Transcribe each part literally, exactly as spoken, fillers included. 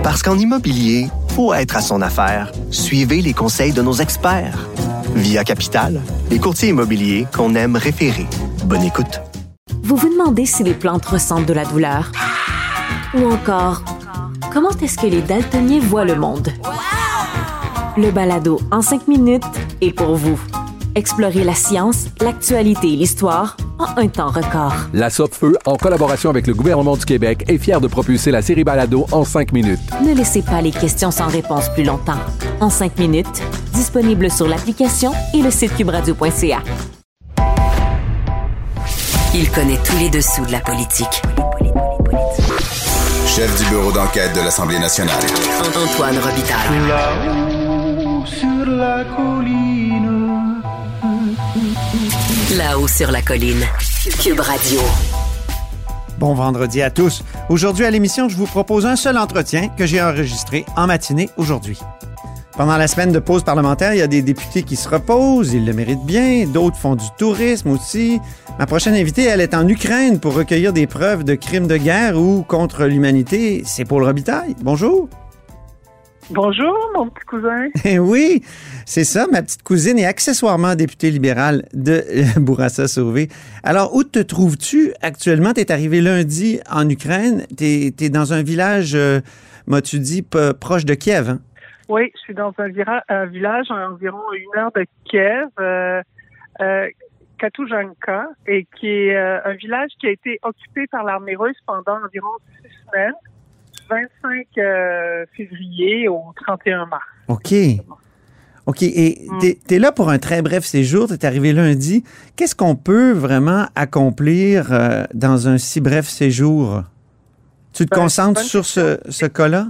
Parce qu'en immobilier, faut être à son affaire. Suivez les conseils de nos experts. Via Capital, les courtiers immobiliers qu'on aime référer. Bonne écoute. Vous vous demandez si les plantes ressentent de la douleur? Ou encore, comment est-ce que les daltoniens voient le monde? Le balado en cinq minutes est pour vous. Explorez la science, l'actualité et l'histoire en un temps record. La Sopfeu, en collaboration avec le gouvernement du Québec, est fière de propulser la série Balado en cinq minutes. Ne laissez pas les questions sans réponse plus longtemps. En cinq minutes, disponible sur l'application et le site cube radio point c a. Il connaît tous les dessous de la politique. Chef du bureau d'enquête de l'Assemblée nationale. Antoine Robitaille. Là-haut sur la colline. Là-haut sur la colline. Cube Radio. Bon vendredi à tous. Aujourd'hui à l'émission, je vous propose un seul entretien que j'ai enregistré en matinée aujourd'hui. Pendant la semaine de pause parlementaire, il y a des députés qui se reposent, ils le méritent bien, d'autres font du tourisme aussi. Ma prochaine invitée, elle est en Ukraine pour recueillir des preuves de crimes de guerre ou contre l'humanité. C'est Paul Robitaille. Bonjour. Bonjour, mon petit cousin. Eh oui, c'est ça, ma petite cousine est accessoirement députée libérale de Bourassa-Sauvé. Alors, où te trouves-tu actuellement? T'es arrivé lundi en Ukraine. T'es, t'es dans un village, euh, m'as-tu dit, p- proche de Kiev, hein? Oui, je suis dans un, vira- un village à environ une heure de Kiev, euh, euh, Katoujanka, et qui est euh, un village qui a été occupé par l'armée russe pendant environ six semaines, du vingt-cinq euh, février au trente et un mars. OK. OK. Et mm. t'es, t'es là pour un très bref séjour. T'es arrivé lundi. Qu'est-ce qu'on peut vraiment accomplir euh, dans un si bref séjour? Tu te ben, concentres sur ce, ce cas-là?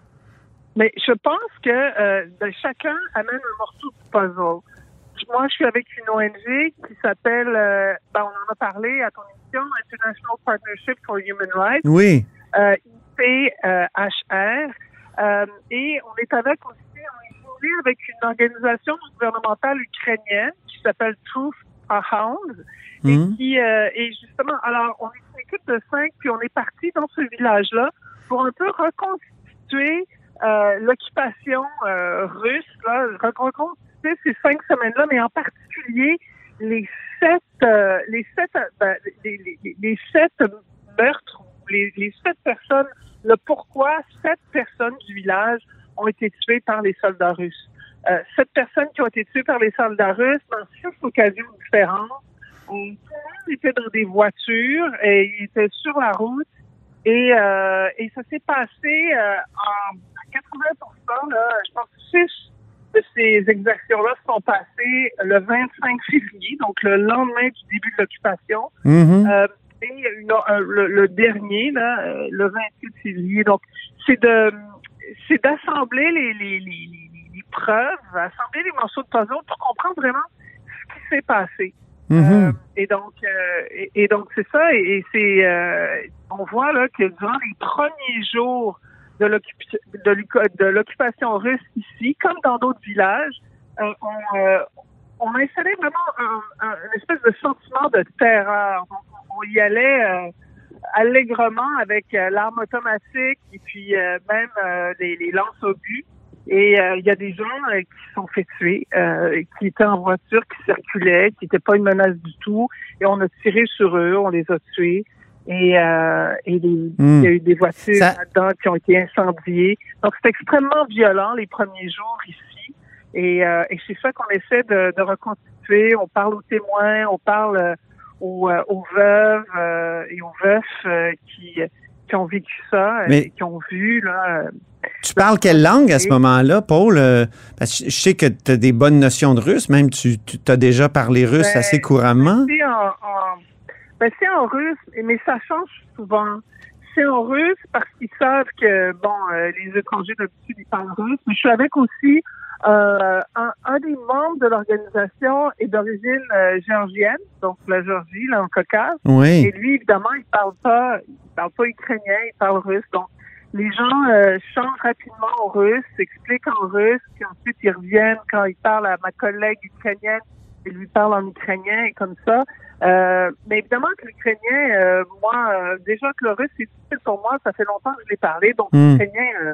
Mais je pense que euh, ben, chacun amène un morceau du puzzle. Moi, je suis avec une O N G qui s'appelle, euh, ben, on en a parlé à ton émission, International Partnership for Human Rights. Oui. Euh, I P H R. Euh, et on est avec aussi, on est fondé avec une organisation gouvernementale ukrainienne qui s'appelle Truth Hound. Mmh. Et qui euh, est justement, alors, on est une équipe de cinq, puis on est parti dans ce village-là pour un peu reconstituer Euh, l'occupation euh, russe, là, reconstituer ces cinq semaines-là, mais en particulier les sept, euh, les sept, ben, les, les, les sept meurtres, les, les sept personnes, le pourquoi sept personnes du village ont été tuées par les soldats russes. Euh, sept personnes qui ont été tuées par les soldats russes dans six occasions différentes. Et tout le monde était dans des voitures et ils étaient sur la route. Et, euh, et ça s'est passé euh, en quatre-vingts pour cent, là, je pense que six de ces exactions-là sont passées le vingt-cinq février, donc le lendemain du début de l'occupation. Mm-hmm. Euh, et une, euh, le, le dernier, là, euh, le vingt-huit février. Donc, c'est de c'est d'assembler les, les, les, les, les preuves, assembler les morceaux de puzzle pour comprendre vraiment ce qui s'est passé. Mm-hmm. Euh, et donc, euh, et, et donc c'est ça. Et, et c'est, euh, on voit là que durant les premiers jours de, l'occup- de, de l'occupation russe ici, comme dans d'autres villages, euh, on, euh, on a installé vraiment un, un, une espèce de sentiment de terreur. Donc, on y allait euh, allègrement avec euh, l'arme automatique et puis euh, même euh, les, les lance-obus. Et il euh, y a des gens euh, qui se sont fait tuer, euh, qui étaient en voiture, qui circulaient, qui n'étaient pas une menace du tout. Et on a tiré sur eux, on les a tués. Et euh, et il mmh. y a eu des voitures Ça... là-dedans qui ont été incendiées. Donc, c'est extrêmement violent les premiers jours ici. Et, euh, et c'est ça qu'on essaie de, de reconstituer. On parle aux témoins, on parle euh, aux, euh, aux veuves euh, et aux veufs euh, qui, qui ont vécu ça, Mais... et qui ont vu, là... Tu parles quelle langue à ce moment-là, Paul? Euh, parce que je sais que tu as des bonnes notions de russe, même tu, tu as déjà parlé russe ben, assez couramment. C'est en, en, ben c'est en russe, mais ça change souvent. C'est en russe parce qu'ils savent que, bon, euh, les étrangers d'habitude, ils parlent russe. Mais je suis avec aussi euh, un, un des membres de l'organisation est d'origine euh, géorgienne, donc la Géorgie, là, en Caucase. Oui. Et lui, évidemment, il parle pas, il parle pas ukrainien, il parle russe. Donc, les gens euh, changent rapidement en russe, s'expliquent en russe, puis ensuite ils reviennent quand ils parlent à ma collègue ukrainienne, ils lui parlent en ukrainien et comme ça. Euh, mais évidemment que l'ukrainien, euh, moi, euh, déjà que le russe c'est difficile pour moi, ça fait longtemps que je l'ai parlé, donc mmh. l'ukrainien, euh,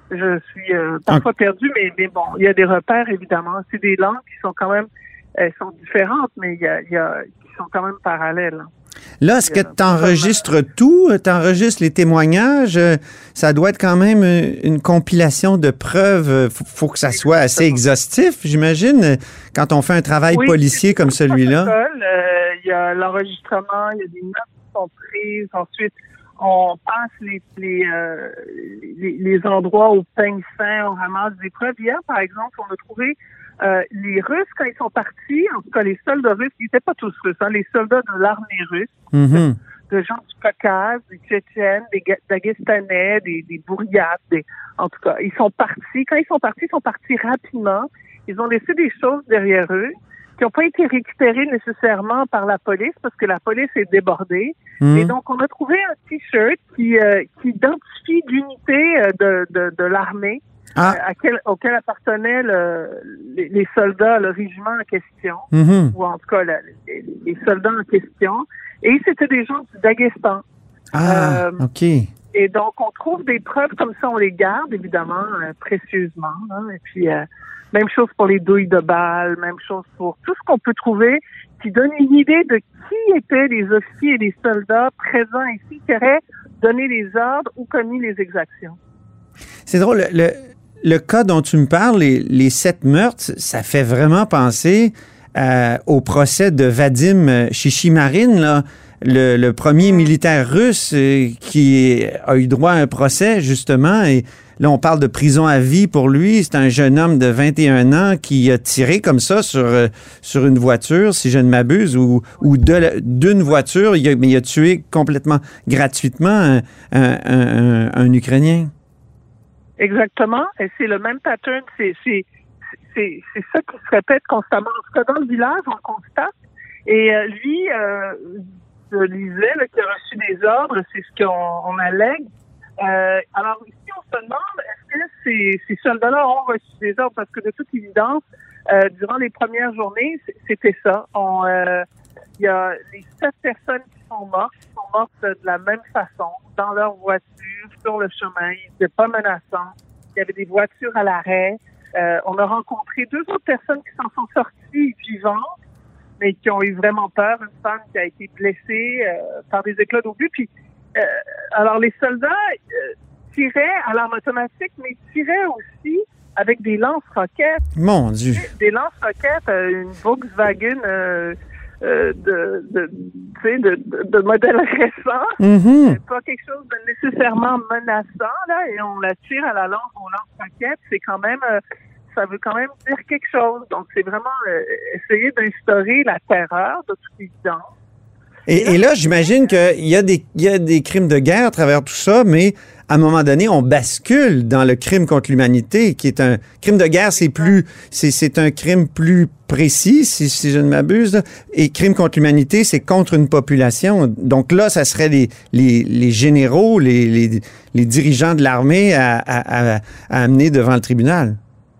je suis euh, parfois okay. perdue, mais, mais bon, il y a des repères, évidemment. C'est des langues qui sont quand même, elles sont différentes, mais il y a, il y a, qui sont quand même parallèles. Hein. Là, est-ce que tu enregistres tout? Tu enregistres les témoignages? Ça doit être quand même une compilation de preuves. Faut, faut que ça soit assez exhaustif, j'imagine, quand on fait un travail oui, policier comme celui-là. Euh, il y a l'enregistrement, il y a des notes qui sont prises. Ensuite, on passe les les, euh, les, les endroits au peigne fin, on ramasse des preuves. Hier, par exemple, on a trouvé Euh, les Russes, quand ils sont partis, en tout cas les soldats russes, ils n'étaient pas tous russes, hein, les soldats de l'armée russe, mm-hmm. de, de gens du Caucase, des Tchétchènes, des Dagestanais, des, des Bouriates, des, en tout cas, ils sont partis. Quand ils sont partis, ils sont partis rapidement. Ils ont laissé des choses derrière eux qui n'ont pas été récupérées nécessairement par la police parce que la police est débordée. Mm-hmm. Et donc, on a trouvé un T-shirt qui, euh, qui identifie l'unité de, de, de l'armée. Ah. À quel, auquel appartenaient le, les, les soldats, le régiment en question, mm-hmm. ou en tout cas la, les, les soldats en question. Et c'était des gens du Daghestan. Ah, euh, OK. Et donc, on trouve des preuves comme ça, on les garde, évidemment, euh, précieusement. Hein, et puis, euh, même chose pour les douilles de balles, même chose pour tout ce qu'on peut trouver qui donne une idée de qui étaient les officiers et les soldats présents ici, qui auraient donné les ordres ou commis les exactions. C'est drôle, le... le... Le cas dont tu me parles, les, les sept meurtres, ça fait vraiment penser euh, au procès de Vadim Chichimarin, là, le, le premier militaire russe euh, qui a eu droit à un procès, justement. Et là, on parle de prison à vie pour lui. C'est un jeune homme de vingt et un ans qui a tiré comme ça sur, euh, sur une voiture, si je ne m'abuse, ou, ou de, d'une voiture. Il a, mais il a tué complètement gratuitement un, un, un, un Ukrainien. Exactement, et c'est le même pattern, c'est c'est c'est c'est ça qui se répète constamment. En tout cas, dans le village, on le constate. Et euh, lui, euh, je lisais là, qu'il a reçu des ordres, c'est ce qu'on on allègue. Euh, alors ici, on se demande est-ce que ces, ces soldats-là ont reçu des ordres, parce que de toute évidence, euh, durant les premières journées, c'était ça. On, euh, il y a les sept personnes qui sont mortes, qui sont mortes de la même façon, dans leur voiture, sur le chemin. Ils n'étaient pas menaçants. Il y avait des voitures à l'arrêt. Euh, on a rencontré deux autres personnes qui s'en sont sorties vivantes, mais qui ont eu vraiment peur. Une femme qui a été blessée euh, par des éclats d'obus. Puis, euh, alors les soldats euh, tiraient à l'arme automatique, mais tiraient aussi avec des lance-roquettes. Mon Dieu! Des lance-roquettes, euh, une Volkswagen euh, euh, de, de, tu sais, de, de, de modèle récent. Mm-hmm. Pas quelque chose de nécessairement menaçant, là, et on la tire à la lance, on lance-roquette. C'est quand même, euh, ça veut quand même dire quelque chose. Donc, c'est vraiment euh, essayer d'instaurer la terreur, de toute évidence. Et, et là, et là j'imagine qu'il y a des, il y a des crimes de guerre à travers tout ça, mais à un moment donné, on bascule dans le crime contre l'humanité, qui est un crime de guerre, c'est plus, c'est, c'est un crime plus précis, si, si je ne m'abuse, et crime contre l'humanité, c'est contre une population. Donc là, ça serait les, les, les généraux, les, les, les dirigeants de l'armée à, à, à, à amener devant le tribunal.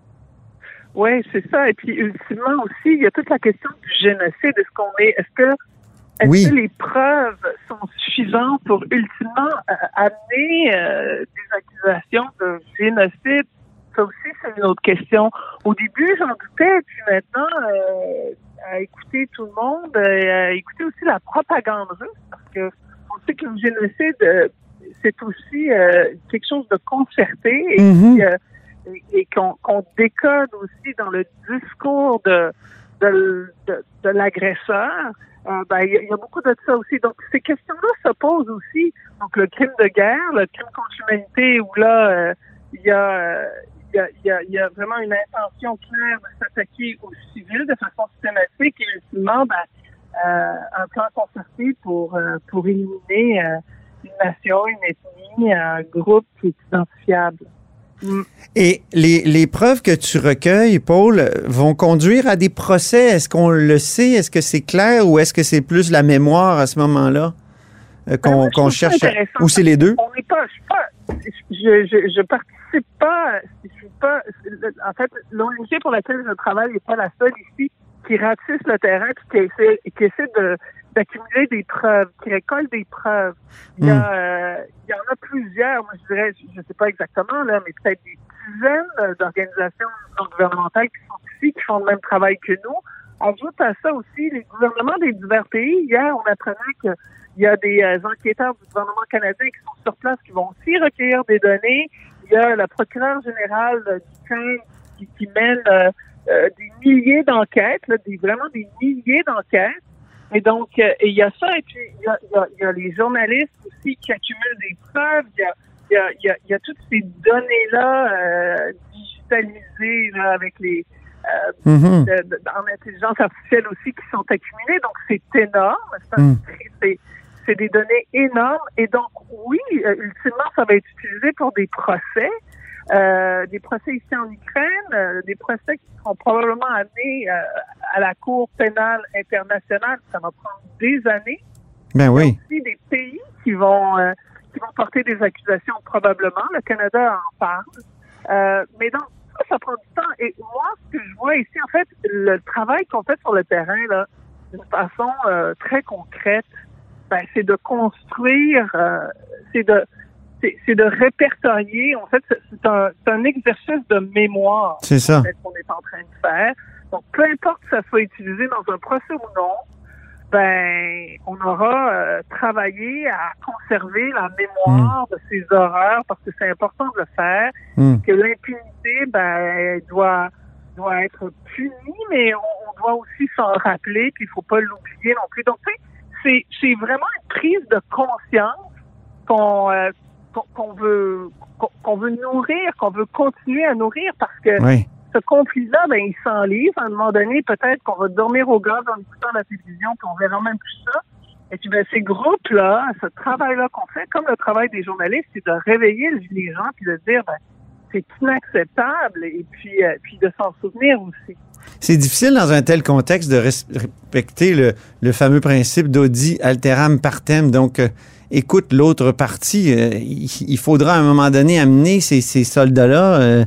Oui, c'est ça. Et puis, ultimement aussi, il y a toute la question du génocide. Est-ce qu'on est, est-ce que Est-ce oui. que les preuves sont suffisantes pour ultimement euh, amener euh, des accusations de génocide? Ça aussi, c'est une autre question. Au début, j'en doutais, puis maintenant, euh, à écouter tout le monde, euh, à écouter aussi la propagande russe, parce que on sait que le génocide, euh, c'est aussi euh, quelque chose de concerté et, mm-hmm. qui, euh, et, et qu'on, qu'on décode aussi dans le discours de, de, de, de l'agresseur. Euh, ben, il y, y a beaucoup de ça aussi. Donc, ces questions-là se posent aussi. Donc, le crime de guerre, le crime contre l'humanité, où là, il euh, y a, euh, y a, y a, y a vraiment une intention claire de s'attaquer aux civils de façon systématique et ultimement, ben, euh, un plan concerté pour euh, pour éliminer euh, une nation, une ethnie, un groupe qui est identifiable. Et les, les preuves que tu recueilles, Paul, vont conduire à des procès. Est-ce qu'on le sait? Est-ce que c'est clair ou est-ce que c'est plus la mémoire à ce moment-là euh, qu'on, ben, qu'on cherche? À... Ou c'est les deux? On n'est pas, je suis pas, je, je, je participe pas, je suis pas, en fait, l'O N G pour laquelle je travaille n'est pas la seule ici qui ratisse le terrain et qui essaie, qui essaie de, d'accumuler des preuves, qui récoltent des preuves. Il y, a, euh, il y en a plusieurs, moi je dirais, je ne sais pas exactement, là, mais peut-être des dizaines d'organisations non gouvernementales qui sont ici, qui font le même travail que nous. Ajoute à ça aussi les gouvernements des divers pays. Hier, on apprenait qu'il y a des euh, enquêteurs du gouvernement canadien qui sont sur place, qui vont aussi recueillir des données. Il y a le procureur général euh, d'Ukraine qui, qui mène euh, euh, des milliers d'enquêtes, là, des, vraiment des milliers d'enquêtes. Et donc, euh, et il y a ça, et puis il y a, il y a, il y a les journalistes aussi qui accumulent des preuves. Il y a, il y a, il y a, il y a toutes ces données-là euh, digitalisées là, avec les euh, mm-hmm. de, de, en intelligence artificielle aussi qui sont accumulées. Donc, c'est énorme. C'est, mm. c'est, c'est des données énormes. Et donc, oui, euh, ultimement, ça va être utilisé pour des procès. Euh, des procès ici en Ukraine, euh, des procès qui seront probablement amenés euh, à la Cour pénale internationale. Ça va prendre des années. Ben oui. Il y a aussi des pays qui vont euh, qui vont porter des accusations probablement. Le Canada en parle. Euh, mais donc, ça, ça prend du temps. Et moi, ce que je vois ici, en fait, le travail qu'on fait sur le terrain, là, d'une façon euh, très concrète, ben, c'est de construire, euh, c'est de C'est, c'est de répertorier. En fait, c'est, c'est, un, c'est un exercice de mémoire c'est ça. En fait, qu'on est en train de faire. Donc, peu importe que ça soit utilisé dans un procès ou non, ben, on aura euh, travaillé à conserver la mémoire mmh. de ces horreurs parce que c'est important de le faire. Mmh. Que l'impunité, ben, doit doit être punie, mais on, on doit aussi s'en rappeler. Puis, il faut pas l'oublier non plus. Donc, tu sais, c'est, c'est vraiment une prise de conscience qu'on euh, qu'on veut qu'on veut nourrir, qu'on veut continuer à nourrir parce que oui. ce conflit-là, ben, il s'enlise. À un moment donné, peut-être qu'on va dormir au gaz en écoutant la télévision puis on verra même plus ça. Et puis, ben, ces groupes-là, ce travail-là qu'on fait, comme le travail des journalistes, c'est de réveiller les gens puis de dire, ben, c'est inacceptable et puis, euh, puis de s'en souvenir aussi. C'est difficile dans un tel contexte de respecter le, le fameux principe d'audi alteram partem. Donc, euh, écoute l'autre partie. Euh, il, il faudra à un moment donné amener ces, ces soldats-là euh,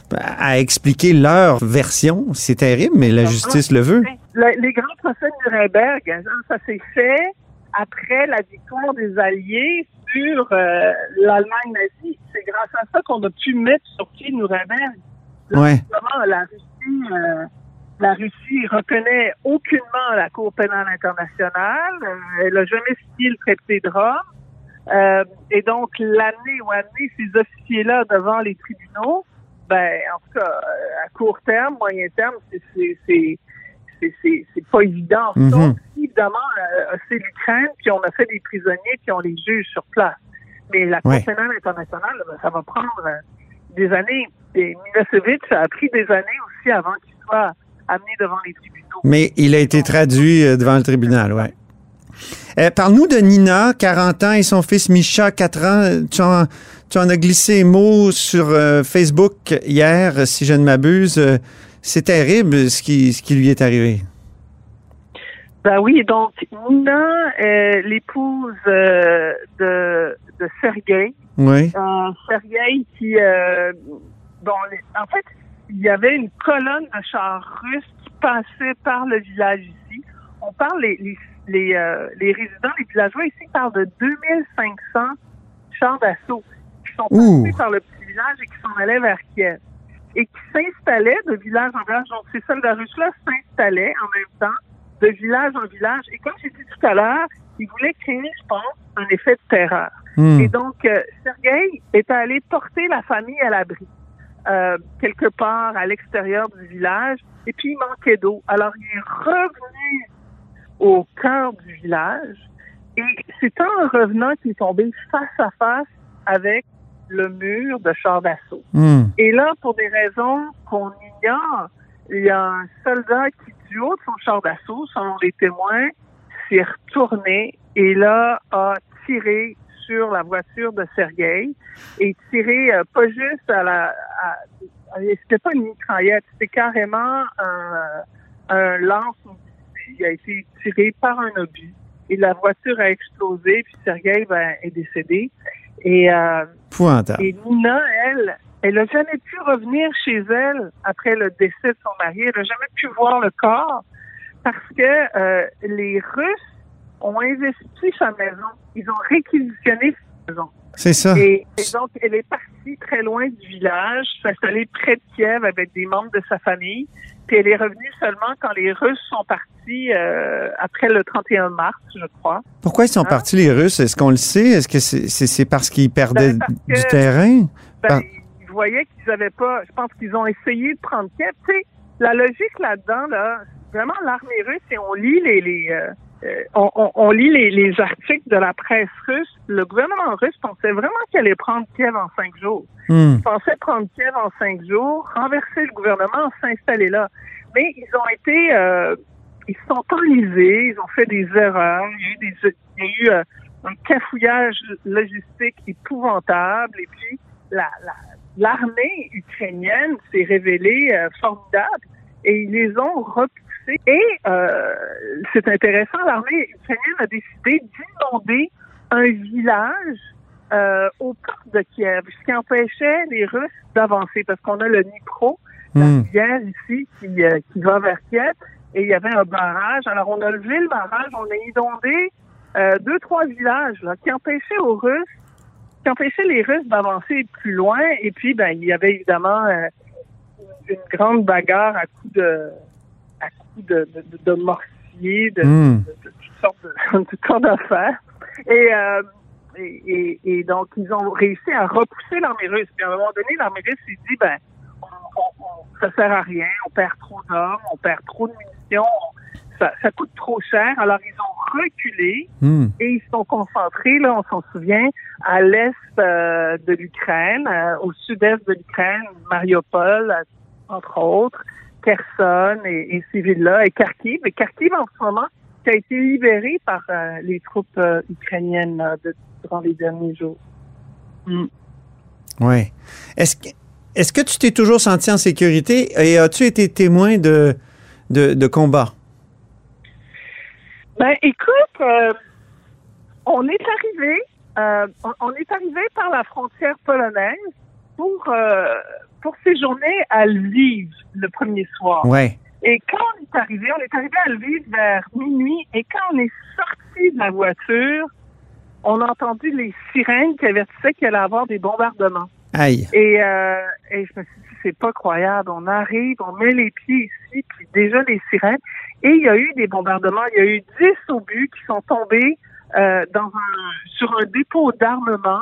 à expliquer leur version. C'est terrible, mais la justice le veut. Le, les grands procès de Nuremberg, hein, ça s'est fait après la victoire des Alliés sur euh, l'Allemagne nazie. C'est grâce à ça qu'on a pu mettre sur pied Nuremberg. Ouais. La Russie, euh, la Russie reconnaît aucunement la Cour pénale internationale. Euh, elle n'a jamais signé le traité de Rome. Euh, et donc, l'année ou amener ces officiers-là devant les tribunaux, ben, en tout cas, à court terme, moyen terme, c'est, c'est, c'est, c'est, c'est, c'est pas évident. Mm-hmm. Donc, évidemment, euh, c'est l'Ukraine, puis on a fait des prisonniers, puis on les juge sur place. Mais la Cour ouais. pénale internationale, ben, ça va prendre euh, des années. Et Milosevic, ça a pris des années aussi avant qu'il soit amené devant les tribunaux. Mais il a été traduit devant le tribunal, oui. Euh, parle-nous de Nina, quarante ans, et son fils Misha, quatre ans. Tu en, tu en as glissé un mot sur euh, Facebook hier, si je ne m'abuse. Euh, c'est terrible ce qui, ce qui lui est arrivé. Ben oui, donc Nina est l'épouse euh, de, de Sergueï. Oui. Euh, Sergueï qui... Euh, bon, les, en fait, il y avait une colonne de chars russes qui passait par le village ici. On parle, les, les, les, euh, les résidents, les villageois ici parlent de deux mille cinq cents chars d'assaut qui sont Ouh. passés par le petit village et qui s'en allaient vers Kiev. Et qui s'installaient de village en village. Donc, ces soldats russes-là s'installaient en même temps de village en village. Et comme j'ai dit tout à l'heure, ils voulaient créer, je pense, un effet de terreur. Mm. Et donc, euh, Sergueï est allé porter la famille à l'abri. Euh, quelque part à l'extérieur du village, et puis il manquait d'eau. Alors, il est revenu au cœur du village, et c'est en revenant qu'il est tombé face à face avec le mur de chars d'assaut. Mm. Et là, pour des raisons qu'on ignore, il y a un soldat qui, du haut de son char d'assaut, selon les témoins, s'est retourné et là a tiré sur la voiture de Sergueï et tiré euh, pas juste à la... À, à, c'était pas une mitraillette, c'était carrément un, un lance. Il a été tiré par un obus et la voiture a explosé puis Sergueï ben, est décédé. Et, euh, et Nina, elle, elle a jamais pu revenir chez elle après le décès de son mari. Elle a jamais pu voir le corps parce que euh, les Russes ont investi sa maison. Ils ont réquisitionné sa maison. C'est ça. Et, et donc, elle est partie très loin du village, s'installer près de Kiev avec des membres de sa famille. Puis elle est revenue seulement quand les Russes sont partis euh, après le trente et un mars, je crois. Pourquoi ils sont hein? partis, les Russes? Est-ce qu'on le sait? Est-ce que c'est, c'est, c'est parce qu'ils perdaient ben parce que, du terrain? Ben, Par... Ils voyaient qu'ils n'avaient pas... Je pense qu'ils ont essayé de prendre Kiev. Tu sais, la logique là-dedans, là, vraiment l'armée russe, et on lit les... les euh, Euh, on, on, on lit les, les articles de la presse russe. Le gouvernement russe pensait vraiment qu'il allait prendre Kiev en cinq jours. Mm. Il pensait prendre Kiev en cinq jours, renverser le gouvernement, s'installer là. Mais ils ont été, euh, ils se sont enlisés, ils ont fait des erreurs. Il y a eu, des, il y a eu euh, un cafouillage logistique épouvantable. Et puis, la, la, l'armée ukrainienne s'est révélée euh, formidable et ils les ont repoussés. Et euh, c'est intéressant, l'armée ukrainienne a décidé d'inonder un village euh, aux portes de Kiev, ce qui empêchait les Russes d'avancer, parce qu'on a le Dnipro, la Mm. rivière ici, qui, euh, qui va vers Kiev, et il y avait un barrage. Alors, on a levé le barrage, on a inondé euh, deux, trois villages là, qui empêchaient aux Russes, qui empêchaient les Russes d'avancer plus loin. Et puis, ben, il y avait évidemment euh, une grande bagarre à coups de à coups de, de, de, de mortier, de, Mm. de, de, de toutes sortes de, de toutes sortes d'affaires. Et, euh, et, et, et donc, ils ont réussi à repousser l'armée russe. Puis à un moment donné, l'armée russe s'est dit, ben, on, on, on, ça sert à rien, on perd trop d'hommes, on perd trop de munitions, on, ça, ça coûte trop cher. Alors, ils ont reculé Mm. et ils se sont concentrés, là, on s'en souvient, à l'est euh, de l'Ukraine, euh, au sud-est de l'Ukraine, Mariupol, entre autres, Kherson et, et ces villes-là, et Kharkiv. Et Kharkiv, en ce moment, qui a été libéré par euh, les troupes euh, ukrainiennes là, de, durant les derniers jours. Mm. Oui. Est-ce que, est-ce que tu t'es toujours senti en sécurité et as-tu été témoin de, de, de combats? Ben, écoute, euh, on est arrivé, euh, on, on est arrivé par la frontière polonaise pour euh, pour séjourner à Lviv le premier soir. Oui. Et quand on est arrivé, on est arrivé à Lviv vers minuit, et quand on est sorti de la voiture, on a entendu les sirènes qui avertissaient qu'il allait y avoir des bombardements. Aïe. Et, euh, et je me suis dit, c'est pas croyable. On arrive, on met les pieds ici, puis déjà les sirènes. Et il y a eu des bombardements. Il y a eu dix obus qui sont tombés euh, dans un, sur un dépôt d'armement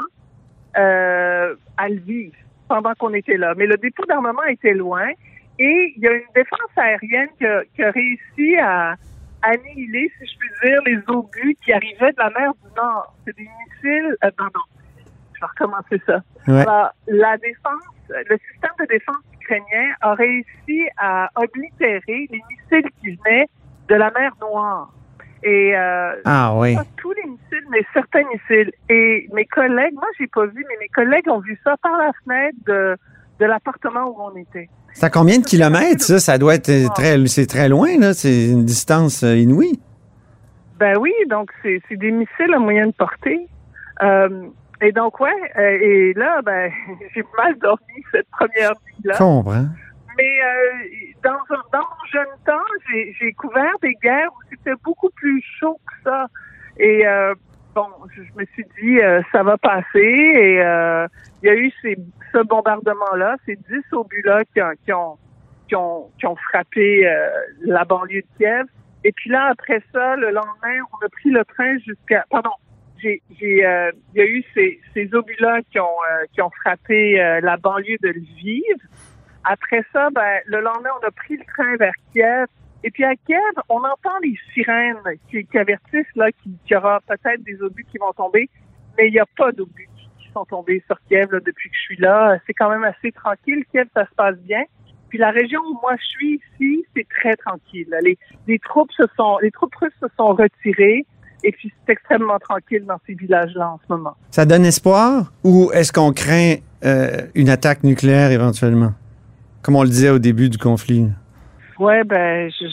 euh, à Lviv pendant qu'on était là. Mais le dépôt d'armement était loin. Et il y a une défense aérienne qui a, qui a réussi à annihiler, si je puis dire, les obus qui arrivaient de la mer du Nord. C'est des missiles... Euh, non, non. Je vais recommencer ça. Ouais. Alors, la défense, le système de défense ukrainien a réussi à oblitérer les missiles qui venaient de la mer Noire. Et euh, Ah oui. pas tous les missiles, mais certains missiles. Et mes collègues, moi j'ai pas vu, mais mes collègues ont vu ça par la fenêtre de, de l'appartement où on était. C'est à combien de kilomètres, ça? Ça doit être très, c'est très loin, là. C'est une distance inouïe. Ben oui, donc c'est, c'est des missiles à moyenne portée. Euh, et donc, ouais, euh, et là, ben, j'ai mal dormi cette première nuit-là. Je comprends. Mais euh, dans, dans mon jeune temps, j'ai, j'ai couvert des guerres où c'était beaucoup plus chaud que ça. Et euh, bon, je, je me suis dit, euh, ça va passer. Et euh, il y a eu ces, ce bombardement-là, ces dix obus-là qui ont, qui ont, qui ont, qui ont frappé euh, la banlieue de Kiev. Et puis là, après ça, le lendemain, on a pris le train jusqu'à... Pardon, j'ai, j'ai, euh, il y a eu ces, ces obus-là qui ont, euh, qui ont frappé euh, la banlieue de Lviv. Après ça, ben, le lendemain, on a pris le train vers Kiev. Et puis à Kiev, on entend les sirènes qui, qui avertissent là qu'il y aura peut-être des obus qui vont tomber, mais il n'y a pas d'obus qui sont tombés sur Kiev là, depuis que je suis là. C'est quand même assez tranquille. Kiev, ça se passe bien. Puis la région où moi je suis ici, c'est très tranquille. Les, les troupes se sont, les troupes russes se sont retirées. Et puis, c'est extrêmement tranquille dans ces villages-là en ce moment. Ça donne espoir ou est-ce qu'on craint euh, une attaque nucléaire éventuellement? Comme on le disait au début du conflit. Ouais, ben, je,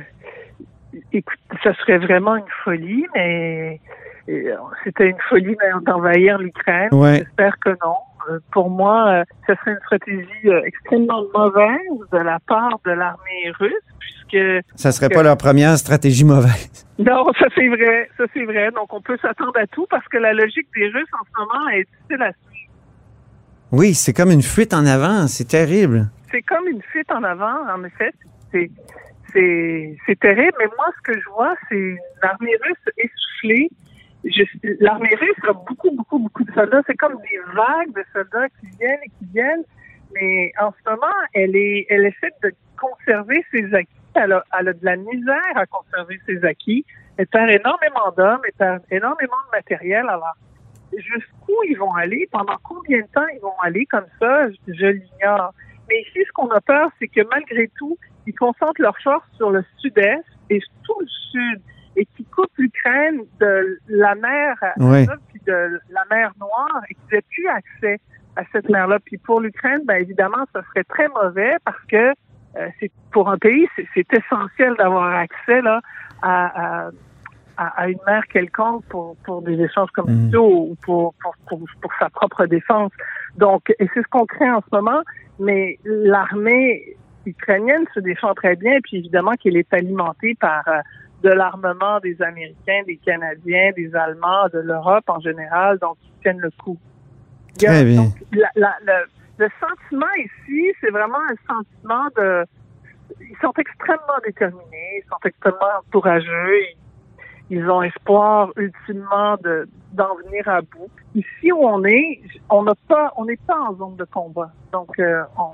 je... Écoute, ça serait vraiment une folie, mais c'était une folie d'envahir l'Ukraine. Ouais. J'espère que non. pour moi, euh, ce serait une stratégie euh, extrêmement mauvaise de la part de l'armée russe, puisque... Ça serait que, pas leur première stratégie mauvaise. Non, ça c'est vrai, ça c'est vrai. Donc on peut s'attendre à tout parce que la logique des Russes en ce moment est difficile à suivre. Oui, c'est comme une fuite en avant, c'est terrible. C'est comme une fuite en avant, en effet. C'est, c'est, c'est terrible, mais moi, ce que je vois, c'est une armée russe essoufflée. Je, l'armée russe a beaucoup, beaucoup, beaucoup de soldats. C'est comme des vagues de soldats qui viennent et qui viennent. Mais en ce moment, elle est, elle essaie de conserver ses acquis. Elle a, elle a de la misère à conserver ses acquis. Elle perd énormément d'hommes, elle perd énormément de matériel. Alors, jusqu'où ils vont aller, pendant combien de temps ils vont aller comme ça, je, je l'ignore. Mais ici, ce qu'on a peur, c'est que malgré tout, ils concentrent leurs forces sur le sud-est et tout le sud, et qui coupent l'Ukraine de la mer oui. puis de la mer Noire, et qu'ils n'aient plus accès à cette mer-là. Puis pour l'Ukraine, ben évidemment, ça serait très mauvais parce que euh, c'est pour un pays, c'est, c'est essentiel d'avoir accès là à, à à une mer quelconque pour pour des échanges commerciaux mmh. ou pour, pour pour pour sa propre défense. Donc, et c'est ce qu'on craint en ce moment, mais l'armée ukrainienne se défend très bien, et puis évidemment qu'elle est alimentée par euh, de l'armement des Américains, des Canadiens, des Allemands, de l'Europe en général, donc ils tiennent le coup. Il y a, très bien. Donc, la, la, le, le sentiment ici, c'est vraiment un sentiment de... Ils sont extrêmement déterminés, ils sont extrêmement courageux, ils, Ils ont espoir ultimement de d'en venir à bout. Ici où on est, on n'a pas, on n'est pas en zone de combat. Donc euh, on,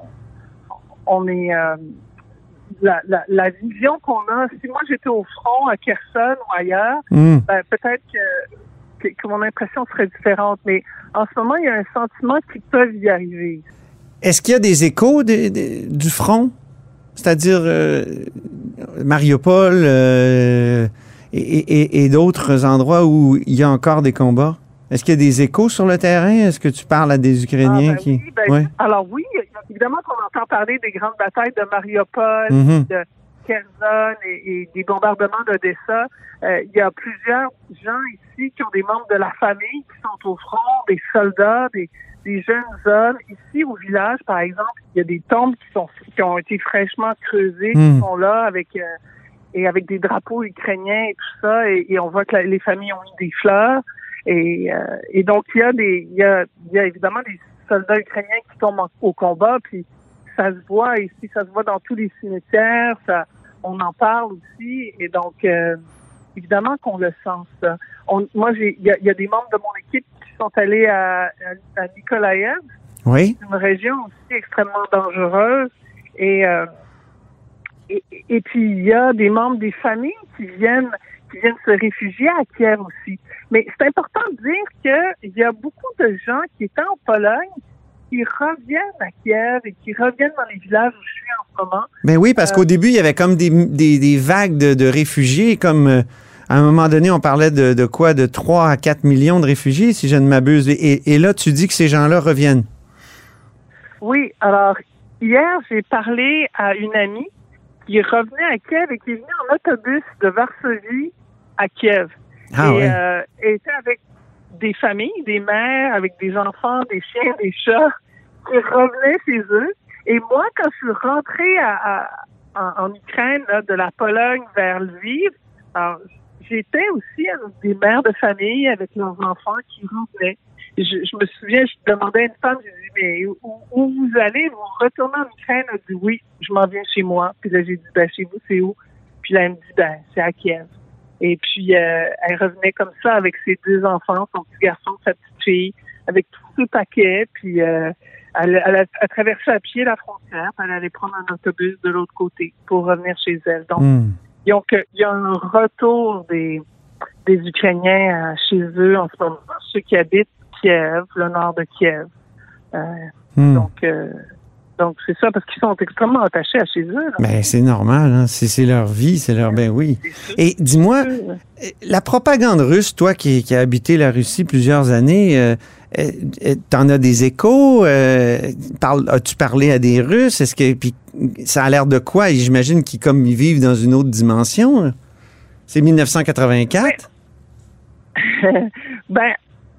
on est euh, la, la la vision qu'on a. Si moi j'étais au front à Kherson ou ailleurs, mm. ben, peut-être que, que que mon impression serait différente. Mais en ce moment, il y a un sentiment qu'ils peuvent y arriver. Est-ce qu'il y a des échos de, de, du front, c'est-à-dire euh, Mariupol? Euh Et, et, et d'autres endroits où il y a encore des combats? Est-ce qu'il y a des échos sur le terrain? Est-ce que tu parles à des Ukrainiens ah, ben qui... Oui, ben, ouais. Alors oui, évidemment qu'on entend parler des grandes batailles de Mariupol, mm-hmm. de Kherson et, et des bombardements d'Odessa. Euh, il y a plusieurs gens ici qui ont des membres de la famille qui sont au front, des soldats, des, des jeunes hommes. Ici, au village, par exemple, il y a des tombes qui, sont, qui ont été fraîchement creusées, mm. qui sont là avec... Euh, et avec des drapeaux ukrainiens et tout ça, et, et on voit que la, les familles ont mis des fleurs, et, euh, et donc il y a des, il y a, il y a évidemment des soldats ukrainiens qui tombent en, au combat, puis ça se voit ici, ça se voit dans tous les cimetières, ça, on en parle aussi, et donc euh, évidemment qu'on le sent ça. On, moi, j'ai, il y a, il y a des membres de mon équipe qui sont allés à, à, à Nikolaïev, oui. une région aussi extrêmement dangereuse, et euh, Et, et puis, il y a des membres des familles qui viennent qui viennent se réfugier à Kiev aussi. Mais c'est important de dire qu'il y a beaucoup de gens qui étaient en Pologne qui reviennent à Kiev et qui reviennent dans les villages où je suis en ce moment. Ben oui, parce euh, qu'au début, il y avait comme des, des, des vagues de, de réfugiés, comme euh, à un moment donné, on parlait de, de quoi? De trois à quatre millions de réfugiés, si je ne m'abuse. Et, et là, tu dis que ces gens-là reviennent. Oui, alors, hier, j'ai parlé à une amie qui revenait à Kiev et qui est venue en autobus de Varsovie à Kiev. Ah, et ouais. euh, était avec des familles, des mères, avec des enfants, des chiens, des chats, qui revenaient chez eux. Et moi, quand je suis rentrée à, à, en, en Ukraine, là, de la Pologne vers Lviv, alors, j'étais aussi avec des mères de famille avec leurs enfants qui revenaient. Je, je me souviens, je demandais à une femme, je dis, mais où, où vous allez? Vous retournez en Ukraine? Elle dit, oui, je m'en viens chez moi. Puis là, j'ai dit, ben, chez vous, c'est où? Puis là, elle me dit, ben, c'est à Kiev. Et puis, euh, elle revenait comme ça avec ses deux enfants, son petit garçon, sa petite fille, avec tout ce paquet. Puis, euh, elle, elle, a, elle a traversé à pied la frontière. Elle allait prendre un autobus de l'autre côté pour revenir chez elle. Donc, mm. donc il y a un retour des, des Ukrainiens chez eux en ce moment, ceux qui habitent Kiev, le nord de Kiev. Euh, hmm. Donc, euh, donc c'est ça, parce qu'ils sont extrêmement attachés à chez eux. Là. Ben, c'est normal, hein? c'est, c'est leur vie, c'est leur... Ben oui. Et dis-moi, la propagande russe, toi qui, qui as habité la Russie plusieurs années, euh, euh, t'en as des échos? Euh, parle, as-tu parlé à des Russes? Est-ce que puis ça a l'air de quoi? Et j'imagine qu'ils comme ils vivent dans une autre dimension. C'est dix-neuf cent quatre-vingt-quatre? Ben, ben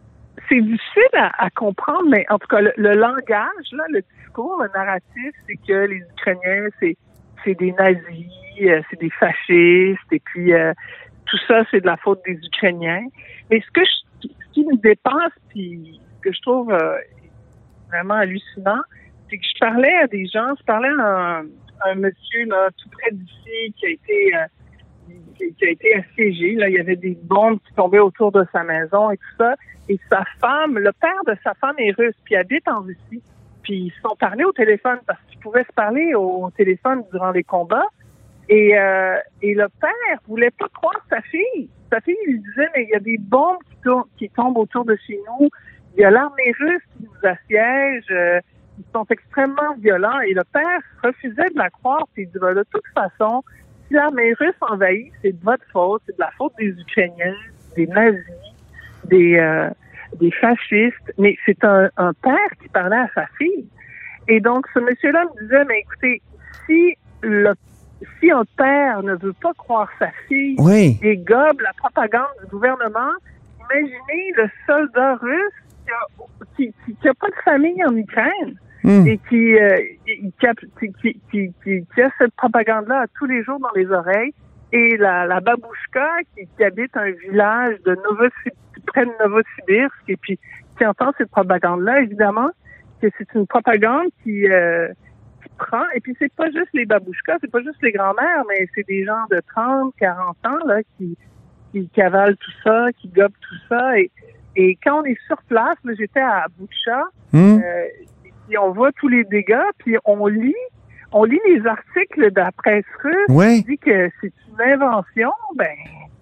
c'est difficile à, à comprendre, mais en tout cas, le, le langage, là, le discours, le narratif, c'est que les Ukrainiens, c'est, c'est des nazis, euh, c'est des fascistes, et puis euh, tout ça, c'est de la faute des Ukrainiens. Mais ce que je, ce qui me dépasse, puis que je trouve euh, vraiment hallucinant, c'est que je parlais à des gens, je parlais à un, à un monsieur là, tout près d'ici qui a été euh, qui, qui a été assiégé. Là, il y avait des bombes qui tombaient autour de sa maison et tout ça. Et sa femme, le père de sa femme est russe, puis habite en Russie. Puis ils se sont parlé au téléphone parce qu'ils pouvaient se parler au, au téléphone durant les combats. Et, euh, et le père voulait pas croire sa fille. Sa fille lui disait, mais il y a des bombes qui, tournent, qui tombent autour de chez nous. Il y a l'armée russe qui nous assiège. Euh, ils sont extrêmement violents. Et le père refusait de la croire. Puis il dit, ben, de toute façon, si l'armée russe envahit, c'est de votre faute. C'est de la faute des Ukrainiens, des nazis, des, euh, des fascistes. Mais c'est un, un père qui parlait à sa fille. Et donc, ce monsieur-là me disait, mais écoutez, si le Si un père ne veut pas croire sa fille oui. et gobe la propagande du gouvernement, imaginez le soldat russe qui a, qui, qui, qui a pas de famille en Ukraine mm. et qui, euh, qui, a, qui, qui, qui, qui, qui a cette propagande-là tous les jours dans les oreilles. Et la, la babouchka qui, qui habite un village de Novosibirsk, près de Novosibirsk, et puis qui entend cette propagande-là, évidemment, que c'est une propagande qui... Euh, prend. Et puis, c'est pas juste les babouchkas, c'est pas juste les grands-mères, mais c'est des gens de trente, quarante ans, là, qui, qui cavalent tout ça, qui gobent tout ça. Et, et quand on est sur place, là, j'étais à Boutcha, mmh. euh, et on voit tous les dégâts, puis on lit, on lit les articles de la presse russe, ouais. qui dit que c'est une invention, ben,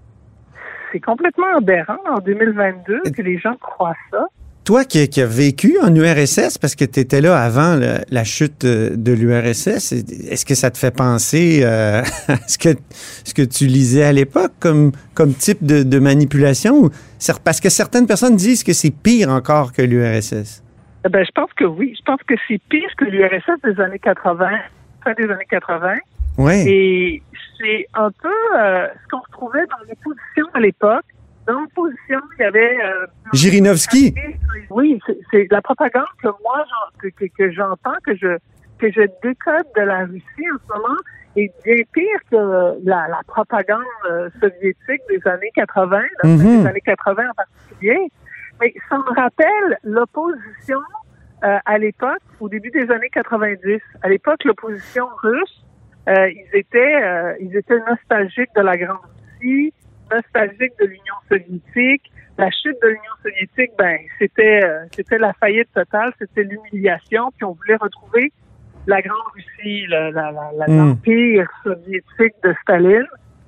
c'est complètement aberrant en deux mille vingt-deux que les gens croient ça. Toi qui, qui as vécu en U R S S, parce que tu étais là avant le, la chute de l'U R S S, est-ce que ça te fait penser euh, à ce que, ce que tu lisais à l'époque comme, comme type de, de manipulation? Parce que certaines personnes disent que c'est pire encore que l'U R S S. Ben, je pense que oui. Je pense que c'est pire que l'U R S S des années quatre-vingt, fin des années quatre-vingt. Oui. Et c'est un peu euh, ce qu'on retrouvait dans l'opposition à l'époque. Dans l'opposition, il y avait... Euh, Jirinovski. Oui, c'est, c'est la propagande que moi, que, que, que j'entends, que je que je décode de la Russie en ce moment, est bien pire que la, la propagande euh, soviétique des années quatre-vingt, là, mm-hmm. des années quatre-vingt en particulier. Mais ça me rappelle l'opposition euh, à l'époque, au début des années quatre-vingt-dix. À l'époque, l'opposition russe, euh, ils étaient euh, ils étaient nostalgiques de la Grande Russie, nostalgique de l'Union soviétique. La chute de l'Union soviétique, ben, c'était euh, c'était la faillite totale, c'était l'humiliation, puis on voulait retrouver la Grande Russie, la, la, la, la, mm. l'empire soviétique de Staline.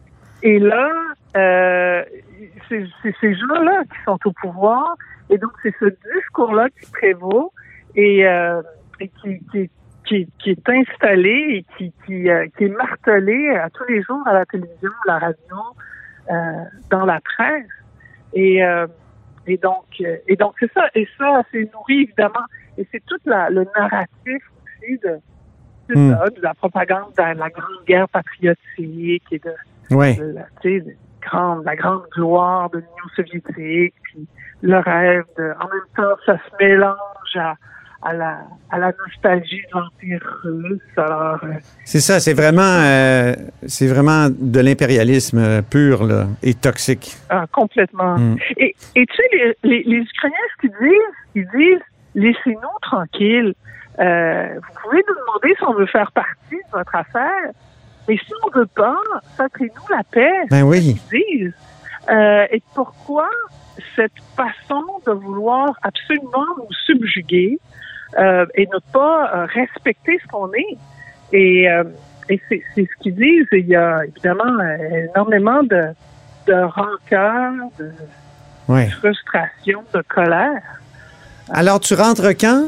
Et là, euh, c'est, c'est ces gens-là qui sont au pouvoir, et donc c'est ce discours-là qui prévaut et, euh, et qui, qui, qui, qui est installé et qui, qui, euh, qui est martelé à tous les jours à la télévision, à la radio, euh, dans la presse. Et, euh, et donc, euh, et donc c'est ça. Et ça, c'est nourri évidemment. Et c'est tout la, le narratif aussi de, de, mm. ça, de la propagande de la grande guerre patriotique et de, ouais. de la, tu sais, de grande, la grande gloire de l'Union soviétique. Puis le rêve de, en même temps, ça se mélange à à la à la nostalgie de l'Empire russe. Alors, euh, c'est ça, c'est vraiment euh, c'est vraiment de l'impérialisme pur là, et toxique. Ah, complètement. Mm. Et, et tu sais, les, les, les Ukrainiens, ce qu'ils disent, ils disent, laissez-nous tranquilles. Euh, vous pouvez nous demander si on veut faire partie de votre affaire, mais si on veut pas, faites-nous la paix. Ben oui. Ils disent. Euh, et pourquoi cette façon de vouloir absolument nous subjuguer euh, et ne pas euh, respecter ce qu'on est? Et, euh, et c'est, c'est ce qu'ils disent. Il y a évidemment euh, énormément de, de rancœur, de ouais. frustration, de colère. Alors, tu rentres quand?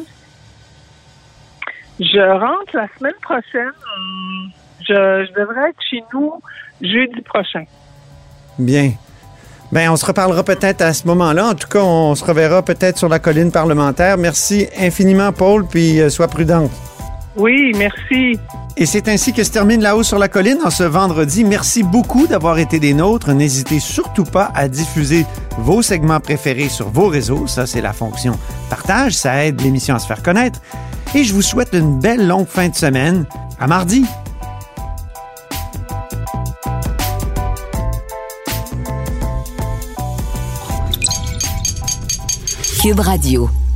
Je rentre la semaine prochaine. Je, je devrais être chez nous jeudi prochain. Bien. Bien, on se reparlera peut-être à ce moment-là. En tout cas, on se reverra peut-être sur la colline parlementaire. Merci infiniment, Paul, puis euh, sois prudente. Oui, merci. Et c'est ainsi que se termine La Haut sur la colline en ce vendredi. Merci beaucoup d'avoir été des nôtres. N'hésitez surtout pas à diffuser vos segments préférés sur vos réseaux. Ça, c'est la fonction partage. Ça aide l'émission à se faire connaître. Et je vous souhaite une belle longue fin de semaine. À mardi. Cube Radio.